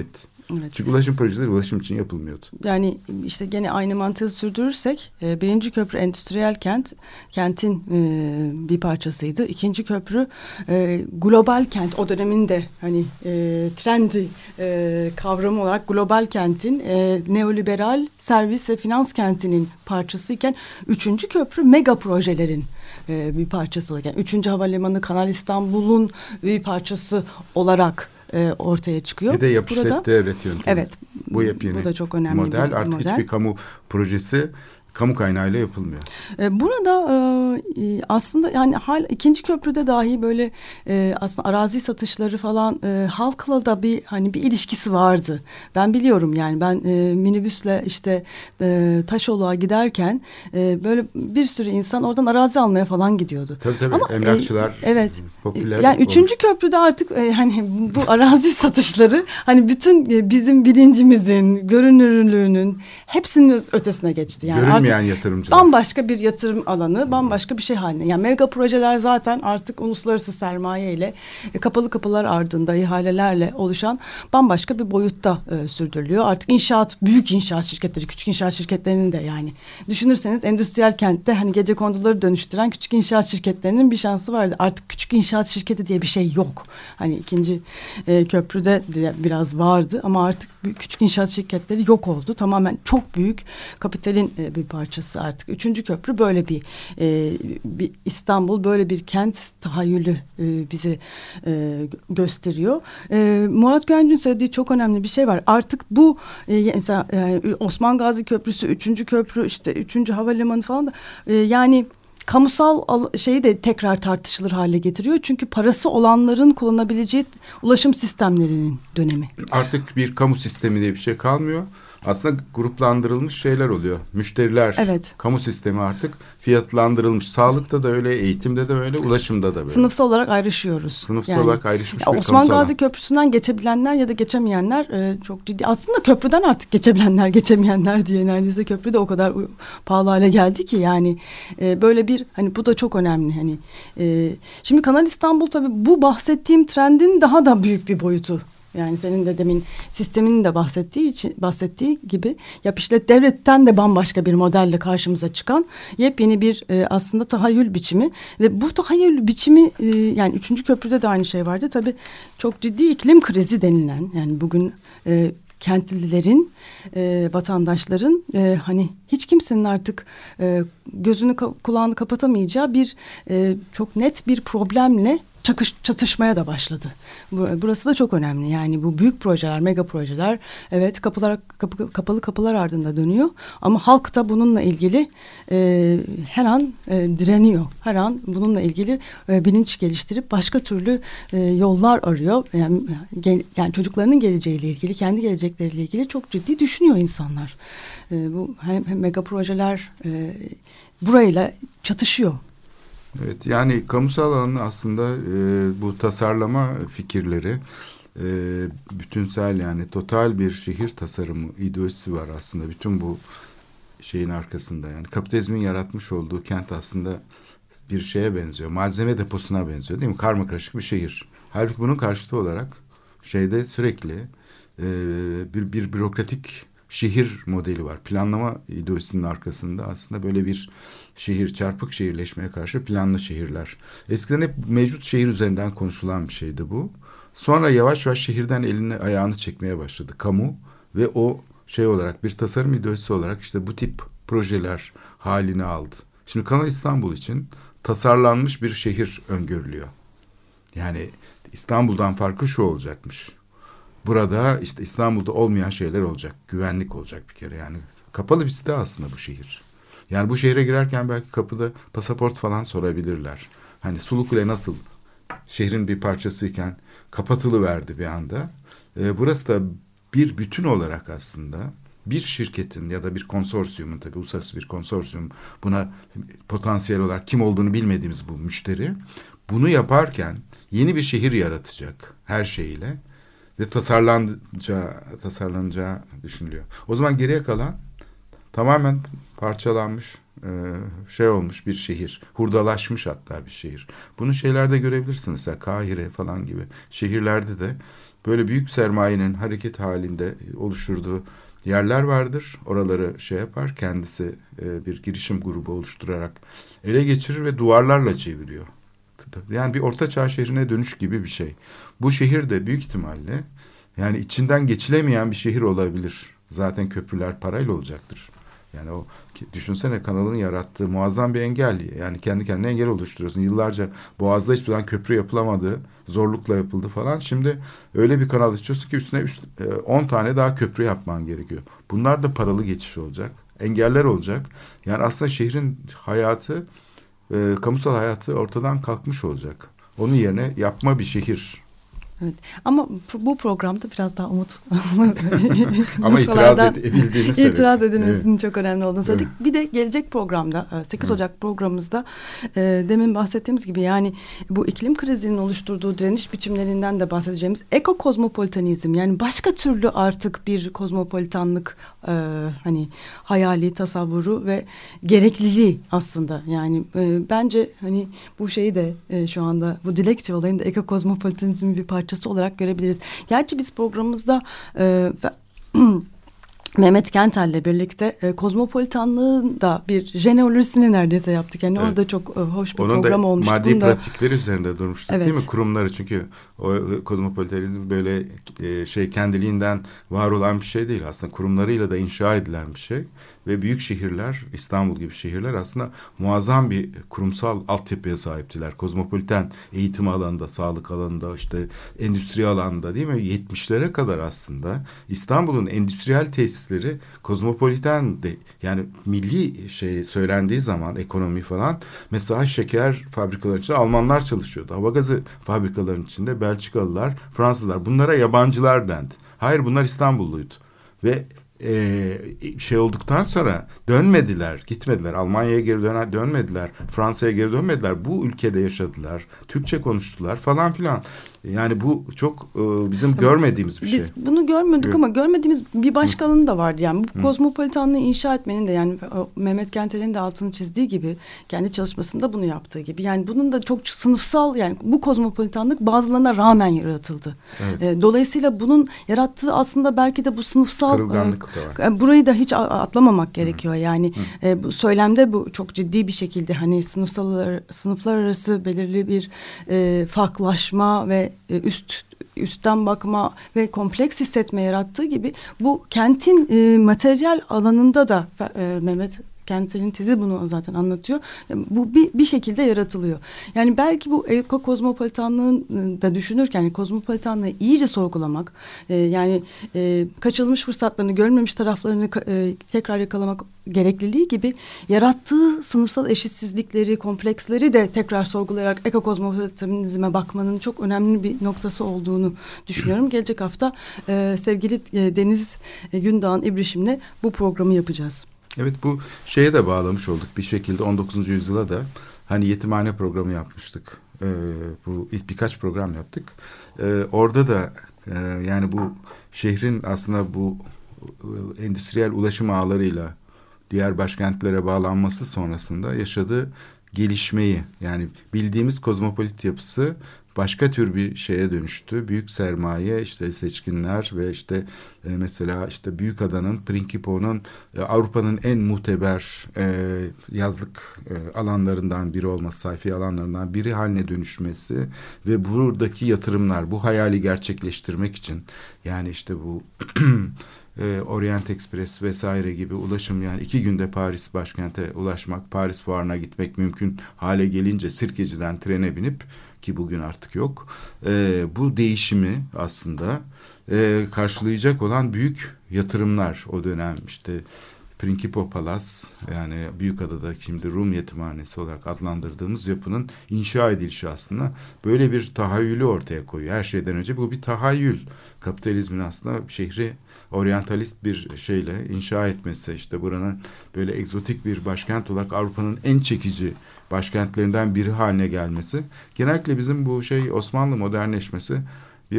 Evet. Çünkü ulaşım projeleri ulaşım için yapılmıyordu. Yani işte gene aynı mantığı sürdürürsek birinci köprü endüstriyel kentin bir parçasıydı. İkinci köprü global kent, o dönemin de hani trendi kavramı olarak global kentin neoliberal servis ve finans kentinin parçasıyken üçüncü köprü mega projelerin bir parçası olarak, yani 3. Havalimanı, Kanal İstanbul'un bir parçası olarak ortaya çıkıyor. Bir de yapışlet devlet yöntemi. Evet. Bu yepyeni bu da çok önemli model. bir Artık model. hiçbir kamu projesi kamu kaynağıyla yapılmıyor. Burada aslında yani ikinci köprüde dahi böyle aslında arazi satışları falan halkla da bir hani bir ilişkisi vardı. Ben biliyorum yani ben minibüsle işte Taşoluk'a giderken böyle bir sürü insan oradan arazi almaya falan gidiyordu. Tabii. Ama, emlakçılar evet. popüler. Yani üçüncü köprüde artık hani bu arazi satışları hani bütün bizim bilincimizin, görünürlüğünün hepsinin ötesine geçti. Yani görünmeyen yatırımcılar. Bambaşka bir yatırım alanı, bambaşka bir şey haline. Yani mega projeler zaten artık uluslararası sermaye ile kapalı kapılar ardında ihalelerle oluşan bambaşka bir boyutta sürdürülüyor. Artık büyük inşaat şirketleri, küçük inşaat şirketlerinin de yani düşünürseniz endüstriyel kentte hani gecekonduları dönüştüren küçük inşaat şirketlerinin bir şansı vardı. Artık küçük inşaat şirketi diye bir şey yok. Hani ikinci köprüde biraz vardı ama artık küçük inşaat şirketleri yok oldu. Tamamen çok büyük kapitalin bir parçası artık. Üçüncü köprü böyle bir İstanbul, böyle bir kent tahayyülü bize gösteriyor. Murat Güvenc'in söylediği çok önemli bir şey var. Artık bu mesela Osman Gazi Köprüsü, üçüncü köprü, işte üçüncü havalimanı falan da yani kamusal şeyi de tekrar tartışılır hale getiriyor. Çünkü parası olanların kullanabileceği ulaşım sistemlerinin dönemi. Artık bir kamu sistemi diye bir şey kalmıyor. Aslında gruplandırılmış şeyler oluyor. Müşteriler, evet. Kamu sistemi artık fiyatlandırılmış. Sağlıkta da öyle, eğitimde de öyle, ulaşımda da böyle. Sınıfsal olarak ayrışıyoruz. Sınıfsal olarak ayrışmış bir Osman kamusal Gazi Köprüsü'nden geçebilenler ya da geçemeyenler çok ciddi. Aslında köprüden artık geçebilenler, geçemeyenler diye neredeyse köprü de o kadar pahalı hale geldi ki yani böyle bir hani bu da çok önemli. Hani şimdi Kanal İstanbul tabii bu bahsettiğim trendin daha da büyük bir boyutu. Yani senin de demin sisteminin de bahsettiği gibi yapışlet devletten de bambaşka bir modelle karşımıza çıkan yepyeni bir aslında tahayyül biçimi ve bu tahayyül biçimi yani üçüncü köprüde de aynı şey vardı. Tabii çok ciddi iklim krizi denilen yani bugün kentlilerin, vatandaşların hani hiç kimsenin artık gözünü kulağını kapatamayacağı bir çok net bir problemle çatışmaya da başladı. Burası da çok önemli. Yani bu büyük projeler, mega projeler evet kapalı kapılar ardında dönüyor. Ama halk da bununla ilgili her an direniyor. Her an bununla ilgili bilinç geliştirip başka türlü yollar arıyor. Yani çocuklarının geleceğiyle ilgili, kendi gelecekleriyle ilgili çok ciddi düşünüyor insanlar. Bu hem mega projeler burayla çatışıyor. Evet, yani kamusal alanı aslında bu tasarlama fikirleri bütünsel yani total bir şehir tasarımı ideolojisi var aslında bütün bu şeyin arkasında. Yani kapitalizmin yaratmış olduğu kent aslında bir şeye benziyor. Malzeme deposuna benziyor değil mi? Karmakarışık bir şehir. Halbuki bunun karşıtı olarak şeyde sürekli bir bürokratik şehir modeli var. Planlama ideolojisinin arkasında aslında böyle bir şehir, çarpık şehirleşmeye karşı planlı şehirler. Eskiden hep mevcut şehir üzerinden konuşulan bir şeydi bu. Sonra yavaş yavaş şehirden elini ayağını çekmeye başladı kamu ve o şey olarak bir tasarım ideolojisi olarak işte bu tip projeler halini aldı. Şimdi Kanal İstanbul için tasarlanmış bir şehir öngörülüyor. Yani İstanbul'dan farkı şu olacakmış. Burada işte İstanbul'da olmayan şeyler olacak. Güvenlik olacak bir kere yani. Kapalı bir site aslında bu şehir. Yani bu şehre girerken belki kapıda pasaport falan sorabilirler. Hani Sulukule nasıl şehrin bir parçasıyken kapatılıverdi bir anda. Burası da bir bütün olarak aslında bir şirketin ya da bir konsorsiyumun tabii uluslararası bir konsorsiyum buna potansiyel olarak kim olduğunu bilmediğimiz bu müşteri bunu yaparken yeni bir şehir yaratacak her şeyiyle. Ve tasarlanacağı düşünülüyor. O zaman geriye kalan tamamen parçalanmış şey olmuş bir şehir. Hurdalaşmış hatta bir şehir. Bunu şeylerde görebilirsiniz. Mesela Kahire falan gibi şehirlerde de böyle büyük sermayenin hareket halinde oluşturduğu yerler vardır. Oraları şey yapar, kendisi bir girişim grubu oluşturarak ele geçirir ve duvarlarla çeviriyor. Yani bir ortaçağ şehrine dönüş gibi bir şey. Bu şehir de büyük ihtimalle yani içinden geçilemeyen bir şehir olabilir. Zaten köprüler parayla olacaktır. Yani o düşünsene, kanalın yarattığı muazzam bir engel. Yani kendi kendine engel oluşturuyorsun. Yıllarca Boğaz'da hiçbir zaman köprü yapılamadı. Zorlukla yapıldı falan. Şimdi öyle bir kanal açıyorsun ki üstüne 10 tane daha köprü yapman gerekiyor. Bunlar da paralı geçiş olacak. Engeller olacak. Yani aslında şehrin hayatı, kamusal hayatı ortadan kalkmış olacak. Onun yerine yapma bir şehir. Evet. Ama bu programda biraz daha umut. Ama itiraz edildiğini söyledik. İtiraz edilmesinin çok önemli olduğunu söyledik. Evet. Bir de gelecek programda 8 Ocak programımızda demin bahsettiğimiz gibi yani bu iklim krizinin oluşturduğu direniş biçimlerinden de bahsedeceğimiz ekokozmopolitanizm, yani başka türlü artık bir kozmopolitanlık hani hayali, tasavvuru ve gerekliliği aslında. Yani bence hani bu şeyi de şu anda bu dilekçe olayında ekokozmopolitanizmin bir parçası olarak görebiliriz. Gerçi biz programımızda Mehmet Kentel'le birlikte kozmopolitanlığın da bir jeneolojisini neredeyse yaptık. Yani evet. Orada çok hoş bir onun program olmuştu. Onun da maddi pratikleri üzerinde durmuştuk, evet. Değil mi? Kurumları, çünkü o kozmopolitanizm böyle kendiliğinden var olan bir şey değil. Aslında kurumlarıyla da inşa edilen bir şey. Ve büyük şehirler, İstanbul gibi şehirler aslında muazzam bir kurumsal altyapıya sahiptiler. Kozmopolitan eğitim alanında, sağlık alanında, işte endüstri alanında, değil mi? 70'lere kadar aslında İstanbul'un endüstriyel tesisleri kozmopolitan de, yani milli şey söylendiği zaman ekonomi falan, mesela şeker fabrikalarının içinde Almanlar çalışıyordu. Hava gazı fabrikalarının içinde Belçikalılar, Fransızlar, bunlara yabancılar dendi. Hayır, bunlar İstanbulluydu. Ve şey olduktan sonra dönmediler, gitmediler. Almanya'ya geri dönmediler. Fransa'ya geri dönmediler. Bu ülkede yaşadılar. Türkçe konuştular falan filan. Yani bu çok bizim görmediğimiz bir şey. Biz bunu görmedik, evet. Ama görmediğimiz bir başka alanı da vardı. Yani bu kozmopolitanlığı inşa etmenin de, yani Mehmet Kentel'in de altını çizdiği gibi, kendi çalışmasında bunu yaptığı gibi. Yani bunun da çok sınıfsal, yani bu kozmopolitanlık bazılarına rağmen yaratıldı. Evet. Dolayısıyla bunun yarattığı aslında belki de bu sınıfsal kırılganlık da var. Burayı da hiç atlamamak gerekiyor. Yani bu söylemde bu çok ciddi bir şekilde hani sınıflar arası belirli bir farklılaşma ve üstten bakma ve kompleks hissetme yarattığı gibi, bu kentin materyal alanında da Mehmet Kentel'in tezi bunu zaten anlatıyor. Bu bir şekilde yaratılıyor. Yani belki bu ekokozmopolitanlığın da düşünürken, yani kozmopolitanlığı iyice sorgulamak, yani kaçırılmış fırsatlarını, görülmemiş taraflarını tekrar yakalamak gerekliliği gibi, yarattığı sınıfsal eşitsizlikleri, kompleksleri de tekrar sorgulayarak ekokozmopolitanizme bakmanın çok önemli bir noktası olduğunu düşünüyorum. Gelecek hafta sevgili Deniz Gündağ'ın İbrişim'le bu programı yapacağız. Evet, bu şeye de bağlamış olduk bir şekilde. 19. yüzyıla da hani yetimhane programı yapmıştık. Bu ilk birkaç program yaptık. Orada da yani bu şehrin aslında bu endüstriyel ulaşım ağlarıyla diğer başkentlere bağlanması sonrasında yaşadığı gelişmeyi, yani bildiğimiz kozmopolit yapısı başka tür bir şeye dönüştü. Büyük sermaye, işte seçkinler ve işte mesela işte Büyükada'nın, Prinkipo'nun Avrupa'nın en muteber yazlık alanlarından biri olması, sayfi alanlarından biri haline dönüşmesi ve buradaki yatırımlar, bu hayali gerçekleştirmek için, yani işte bu Orient Express vesaire gibi ulaşım, yani 2 günde Paris başkente ulaşmak, Paris fuarına gitmek mümkün hale gelince Sirkeci'den trene binip, ki bugün artık yok, bu değişimi aslında karşılayacak olan büyük yatırımlar o dönem, işte Prinkipo Palas, yani Büyükada'da şimdi Rum yetimhanesi olarak adlandırdığımız yapının inşa edilişi aslında böyle bir tahayyülü ortaya koyuyor. Her şeyden önce bu bir tahayyül. Kapitalizmin aslında şehri oryantalist bir şeyle inşa etmesi, işte buranın böyle egzotik bir başkent olarak Avrupa'nın en çekici başkentlerinden biri haline gelmesi. Genellikle bizim bu Osmanlı modernleşmesi bir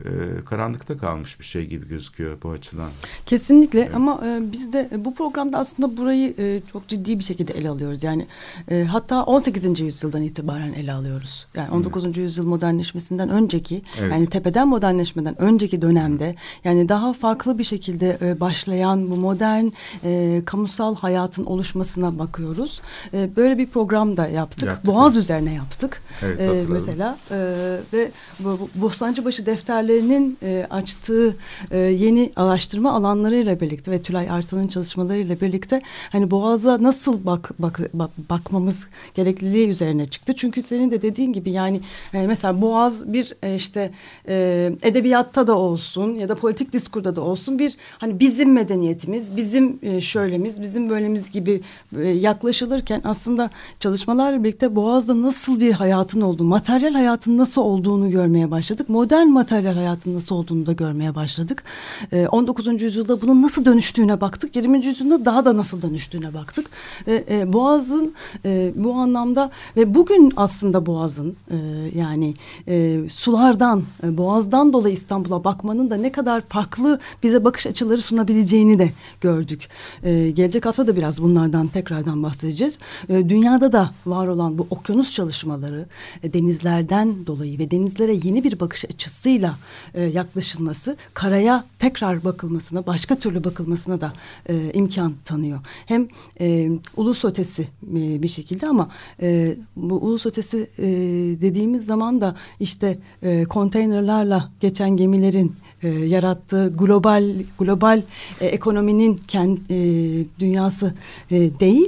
karanlıkta kalmış bir şey gibi gözüküyor bu açıdan. Kesinlikle, evet. Ama biz de bu programda aslında burayı çok ciddi bir şekilde ele alıyoruz. Yani hatta 18. yüzyıldan itibaren ele alıyoruz. Yani 19. yüzyıl modernleşmesinden önceki, evet. Yani tepeden modernleşmeden önceki dönemde, yani daha farklı bir şekilde başlayan bu modern kamusal hayatın oluşmasına bakıyoruz. Böyle bir program da yaptık. Boğaz üzerine yaptık. Evet, mesela ve Bostancıbaşı defterlerinin açtığı yeni araştırma alanlarıyla birlikte ve Tülay Artan'ın çalışmalarıyla birlikte hani Boğaz'a nasıl bakmamız gerekliliği üzerine çıktı. Çünkü senin de dediğin gibi yani mesela Boğaz bir edebiyatta da olsun ya da politik diskurda da olsun bir hani bizim medeniyetimiz, bizim şöylemiz, bizim böylemiz gibi yaklaşılırken aslında çalışmalarla birlikte Boğaz'da nasıl bir hayatın olduğunu, materyal hayatın nasıl olduğunu görmeye başladık. Modern materyal hayatın nasıl olduğunu da görmeye başladık. 19. yüzyılda bunun nasıl dönüştüğüne baktık. 20. yüzyılda daha da nasıl dönüştüğüne baktık. Boğaz'ın bu anlamda ve bugün aslında Boğaz'ın yani sulardan, Boğaz'dan dolayı İstanbul'a bakmanın da ne kadar farklı bize bakış açıları sunabileceğini de gördük. Gelecek hafta da biraz bunlardan tekrardan bahsedeceğiz. Dünyada da var olan bu okyanus çalışmaları denizlerden dolayı ve denizlere yeni bir bakış açısıyla yaklaşılması karaya tekrar bakılmasına, başka türlü bakılmasına da imkan tanıyor. Hem ulus ötesi bir şekilde ama bu ulus ötesi dediğimiz zaman da işte konteynerlarla geçen gemilerin yarattığı global ekonominin dünyası değil.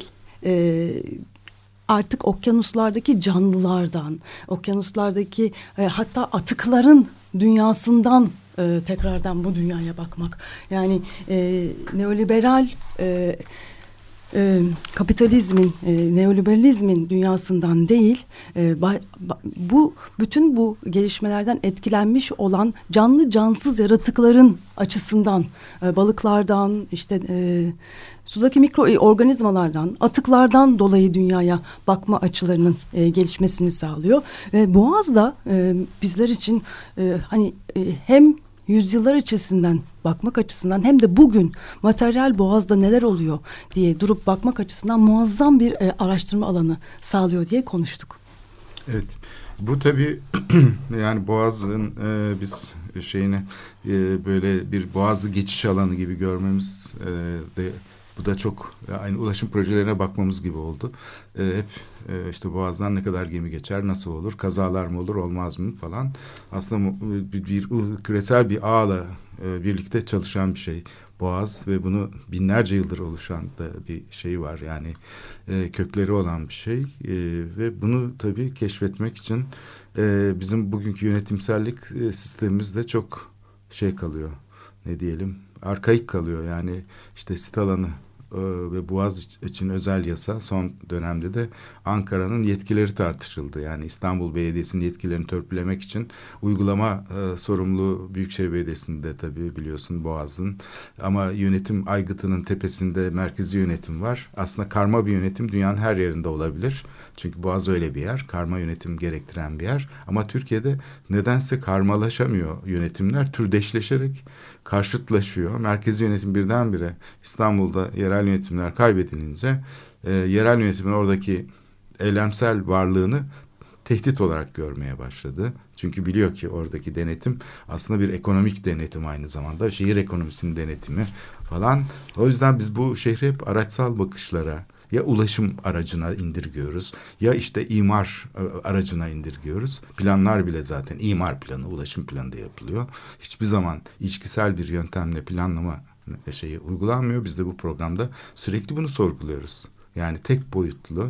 Artık okyanuslardaki canlılardan, okyanuslardaki hatta atıkların dünyasından tekrardan bu dünyaya bakmak. Yani neoliberal kapitalizmin, neoliberalizmin dünyasından değil, bütün bu gelişmelerden etkilenmiş olan canlı cansız yaratıkların açısından, balıklardan, işte sudaki mikroorganizmalardan, atıklardan dolayı dünyaya bakma açılarının gelişmesini sağlıyor. Boğaz da bizler için hani hem yüzyıllar içerisinden bakmak açısından hem de bugün materyal Boğaz'da neler oluyor diye durup bakmak açısından muazzam bir araştırma alanı sağlıyor diye konuştuk. Evet. Bu tabii yani Boğaz'ın biz şeyini böyle bir Boğaz'ı geçiş alanı gibi görmemiz de bu da çok aynı ulaşım projelerine bakmamız gibi oldu. Hep işte Boğaz'dan ne kadar gemi geçer, nasıl olur, kazalar mı olur, olmaz mı falan. Aslında bir küresel bir ağla birlikte çalışan bir şey Boğaz ve bunu binlerce yıldır oluşan da bir şey var. Yani kökleri olan bir şey ve bunu tabii keşfetmek için bizim bugünkü yönetimsellik sistemimiz de çok şey kalıyor. Ne diyelim? Arkaik kalıyor. Yani işte sit alanı ve Boğaz için özel yasa son dönemde de Ankara'nın yetkileri tartışıldı. Yani İstanbul Belediyesi'nin yetkilerini törpülemek için uygulama sorumlu Büyükşehir Belediyesi'nde tabii biliyorsun Boğaz'ın. Ama yönetim aygıtının tepesinde merkezi yönetim var. Aslında karma bir yönetim dünyanın her yerinde olabilir. Çünkü Boğaz öyle bir yer. Karma yönetim gerektiren bir yer. Ama Türkiye'de nedense karmalaşamıyor yönetimler. Türdeşleşerek karşıtlaşıyor. Merkezi yönetim birdenbire İstanbul'da yerel yönetimler kaybedilince yerel yönetimin oradaki eylemsel varlığını tehdit olarak görmeye başladı. Çünkü biliyor ki oradaki denetim aslında bir ekonomik denetim aynı zamanda. Şehir ekonomisinin denetimi falan. O yüzden biz bu şehri hep araçsal bakışlara ya ulaşım aracına indirgiyoruz ya işte imar aracına indirgiyoruz. Planlar bile zaten imar planı, ulaşım planı da yapılıyor. Hiçbir zaman içkisel bir yöntemle planlama şeyi uygulanmıyor. Biz de bu programda sürekli bunu sorguluyoruz. Yani tek boyutlu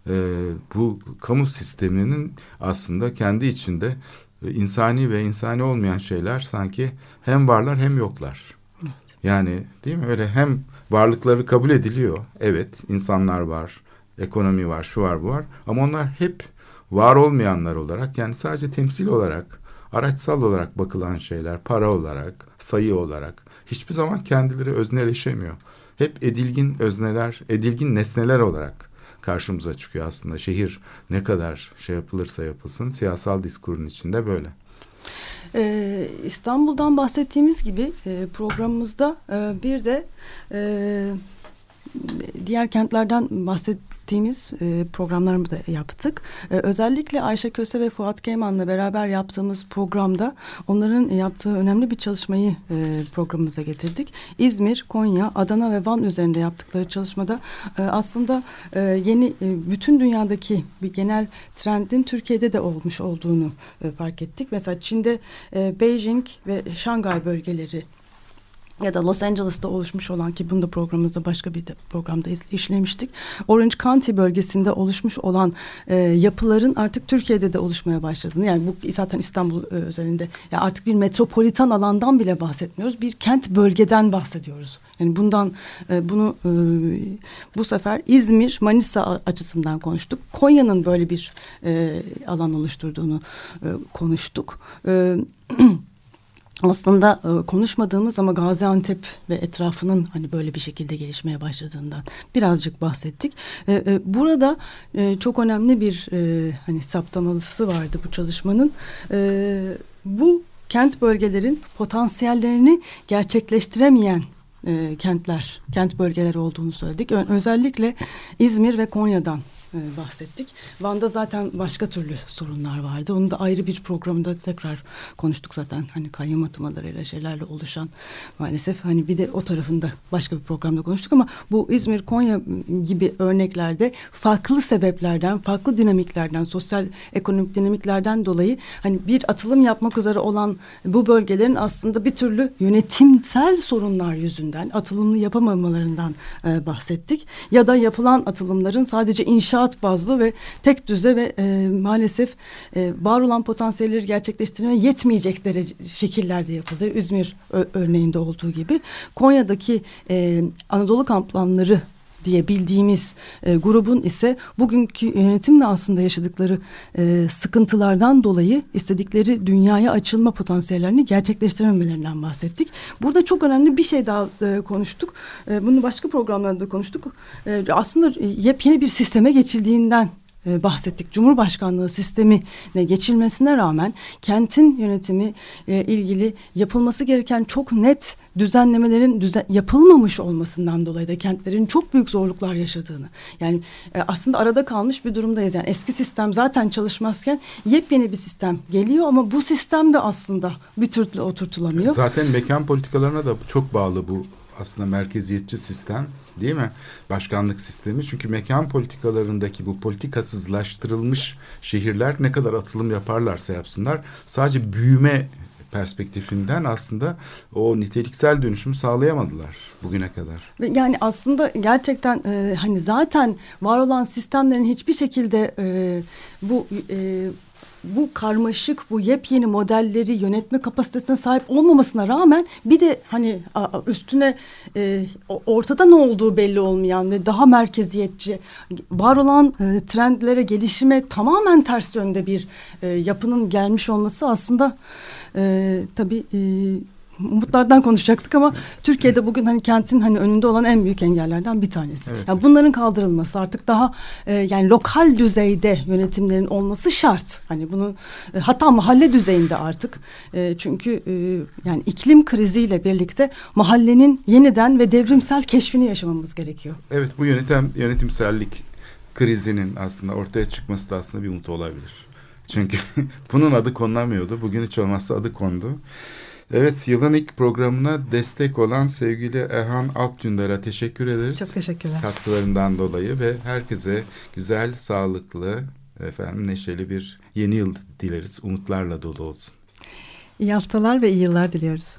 bu kamu sisteminin aslında kendi içinde insani ve insani olmayan şeyler sanki hem varlar hem yoklar. Yani değil mi? Öyle hem varlıkları kabul ediliyor. Evet, insanlar var, ekonomi var, şu var, bu var. Ama onlar hep var olmayanlar olarak, yani sadece temsil olarak, araçsal olarak bakılan şeyler, para olarak, sayı olarak hiçbir zaman kendileri özneleşemiyor. Hep edilgin özneler, edilgin nesneler olarak karşımıza çıkıyor aslında. Şehir ne kadar şey yapılırsa yapılsın, siyasal diskurun içinde böyle. İstanbul'dan bahsettiğimiz gibi programımızda bir de diğer kentlerden bahsettiğimiz programlarımı da yaptık. Özellikle Ayşe Köse ve Fuat Keyman'la beraber yaptığımız programda onların yaptığı önemli bir çalışmayı programımıza getirdik. İzmir, Konya, Adana ve Van üzerinde yaptıkları çalışmada aslında yeni bütün dünyadaki bir genel trendin Türkiye'de de olmuş olduğunu fark ettik. Mesela Çin'de Beijing ve Şangay bölgeleri ya da Los Angeles'ta oluşmuş olan, ki bunu da programımızda başka bir programda işlemiştik. Orange County bölgesinde oluşmuş olan yapıların artık Türkiye'de de oluşmaya başladığını, yani bu zaten İstanbul özelinde, yani artık bir metropolitan alandan bile bahsetmiyoruz. Bir kent bölgeden bahsediyoruz. Yani bunu bu sefer İzmir, Manisa açısından konuştuk. Konya'nın böyle bir alan oluşturduğunu konuştuk. Aslında konuşmadığımız ama Gaziantep ve etrafının hani böyle bir şekilde gelişmeye başladığından birazcık bahsettik. Burada çok önemli bir hani saptamalısı vardı bu çalışmanın. Bu kent bölgelerin potansiyellerini gerçekleştiremeyen kent bölgeleri olduğunu söyledik. Özellikle İzmir ve Konya'dan bahsettik. Van'da zaten başka türlü sorunlar vardı. Onu da ayrı bir programda tekrar konuştuk zaten. Hani kayyum atamalarıyla şeylerle oluşan, maalesef hani bir de o tarafında başka bir programda konuştuk ama bu İzmir, Konya gibi örneklerde farklı sebeplerden, farklı dinamiklerden, sosyal ekonomik dinamiklerden dolayı hani bir atılım yapmak üzere olan bu bölgelerin aslında bir türlü yönetimsel sorunlar yüzünden atılımlı yapamamalarından bahsettik. Ya da yapılan atılımların sadece inşaat bazlı ve tek düze ve maalesef var olan potansiyelleri gerçekleştirmeye yetmeyecek şekillerde yapıldı. İzmir örneğinde olduğu gibi. Konya'daki Anadolu kamplanları diye bildiğimiz grubun ise bugünkü yönetimle aslında yaşadıkları sıkıntılardan dolayı istedikleri dünyaya açılma potansiyellerini gerçekleştirememelerinden bahsettik. Burada çok önemli bir şey daha konuştuk. Bunu başka programlarda konuştuk. Aslında yepyeni bir sisteme geçildiğinden bahsettik. Cumhurbaşkanlığı sistemine geçilmesine rağmen kentin yönetimi ilgili yapılması gereken çok net düzenlemelerin yapılmamış olmasından dolayı da kentlerin çok büyük zorluklar yaşadığını, yani aslında arada kalmış bir durumdayız. Yani eski sistem zaten çalışmazken yepyeni bir sistem geliyor ama bu sistem de aslında bir türlü oturtulamıyor. Zaten mekan politikalarına da çok bağlı bu aslında merkeziyetçi sistem, değil mi? Başkanlık sistemi. Çünkü mekan politikalarındaki bu politikasızlaştırılmış şehirler ne kadar atılım yaparlarsa yapsınlar sadece büyüme perspektifinden aslında o niteliksel dönüşümü sağlayamadılar bugüne kadar. Yani aslında gerçekten hani zaten var olan sistemlerin hiçbir şekilde bu karmaşık, bu yepyeni modelleri yönetme kapasitesine sahip olmamasına rağmen bir de hani üstüne ortada ne olduğu belli olmayan ve daha merkeziyetçi, var olan trendlere, gelişime tamamen ters yönde bir yapının gelmiş olması aslında tabii umutlardan konuşacaktık ama Türkiye'de bugün hani kentin hani önünde olan en büyük engellerden bir tanesi. Evet. Yani bunların kaldırılması, artık daha yani lokal düzeyde yönetimlerin olması şart. Hani bunu hatta mahalle düzeyinde artık çünkü yani iklim kriziyle birlikte mahallenin yeniden ve devrimsel keşfini yaşamamız gerekiyor. Evet, bu yönetimsellik krizinin aslında ortaya çıkması da aslında bir umut olabilir. Çünkü bunun adı konulamıyordu. Bugün hiç olmazsa adı kondu. Evet, yılın ilk programına destek olan sevgili Erhan Altdündar'a teşekkür ederiz. Çok teşekkürler. Katkılarından dolayı ve herkese güzel, sağlıklı, neşeli bir yeni yıl dileriz. Umutlarla dolu olsun. İyi haftalar ve iyi yıllar diliyoruz.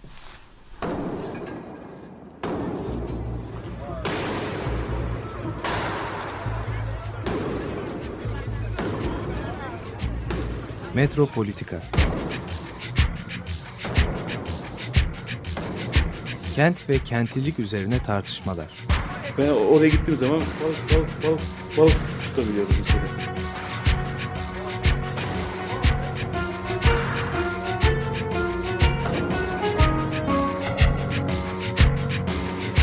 Metropolitika. Kent ve kentlilik üzerine tartışmalar. Ben oraya gittiğim zaman balık tutabiliyorum mesela.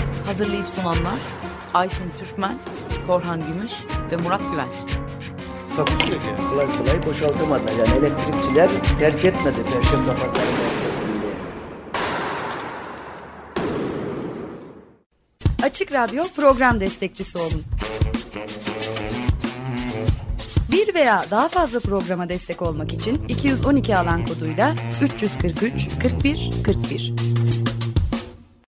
Hazırlayıp sunanlar Aysin Türkmen, Korhan Gümüş ve Murat Güvenç. takusu yok yani. Kolay kolay boşaltamadılar. Yani elektrikçiler terk etmedi Perşembe Pazarı merkezini. Açık Radyo program destekçisi olun. Bir veya daha fazla programa destek olmak için 212 alan koduyla 343 41 41.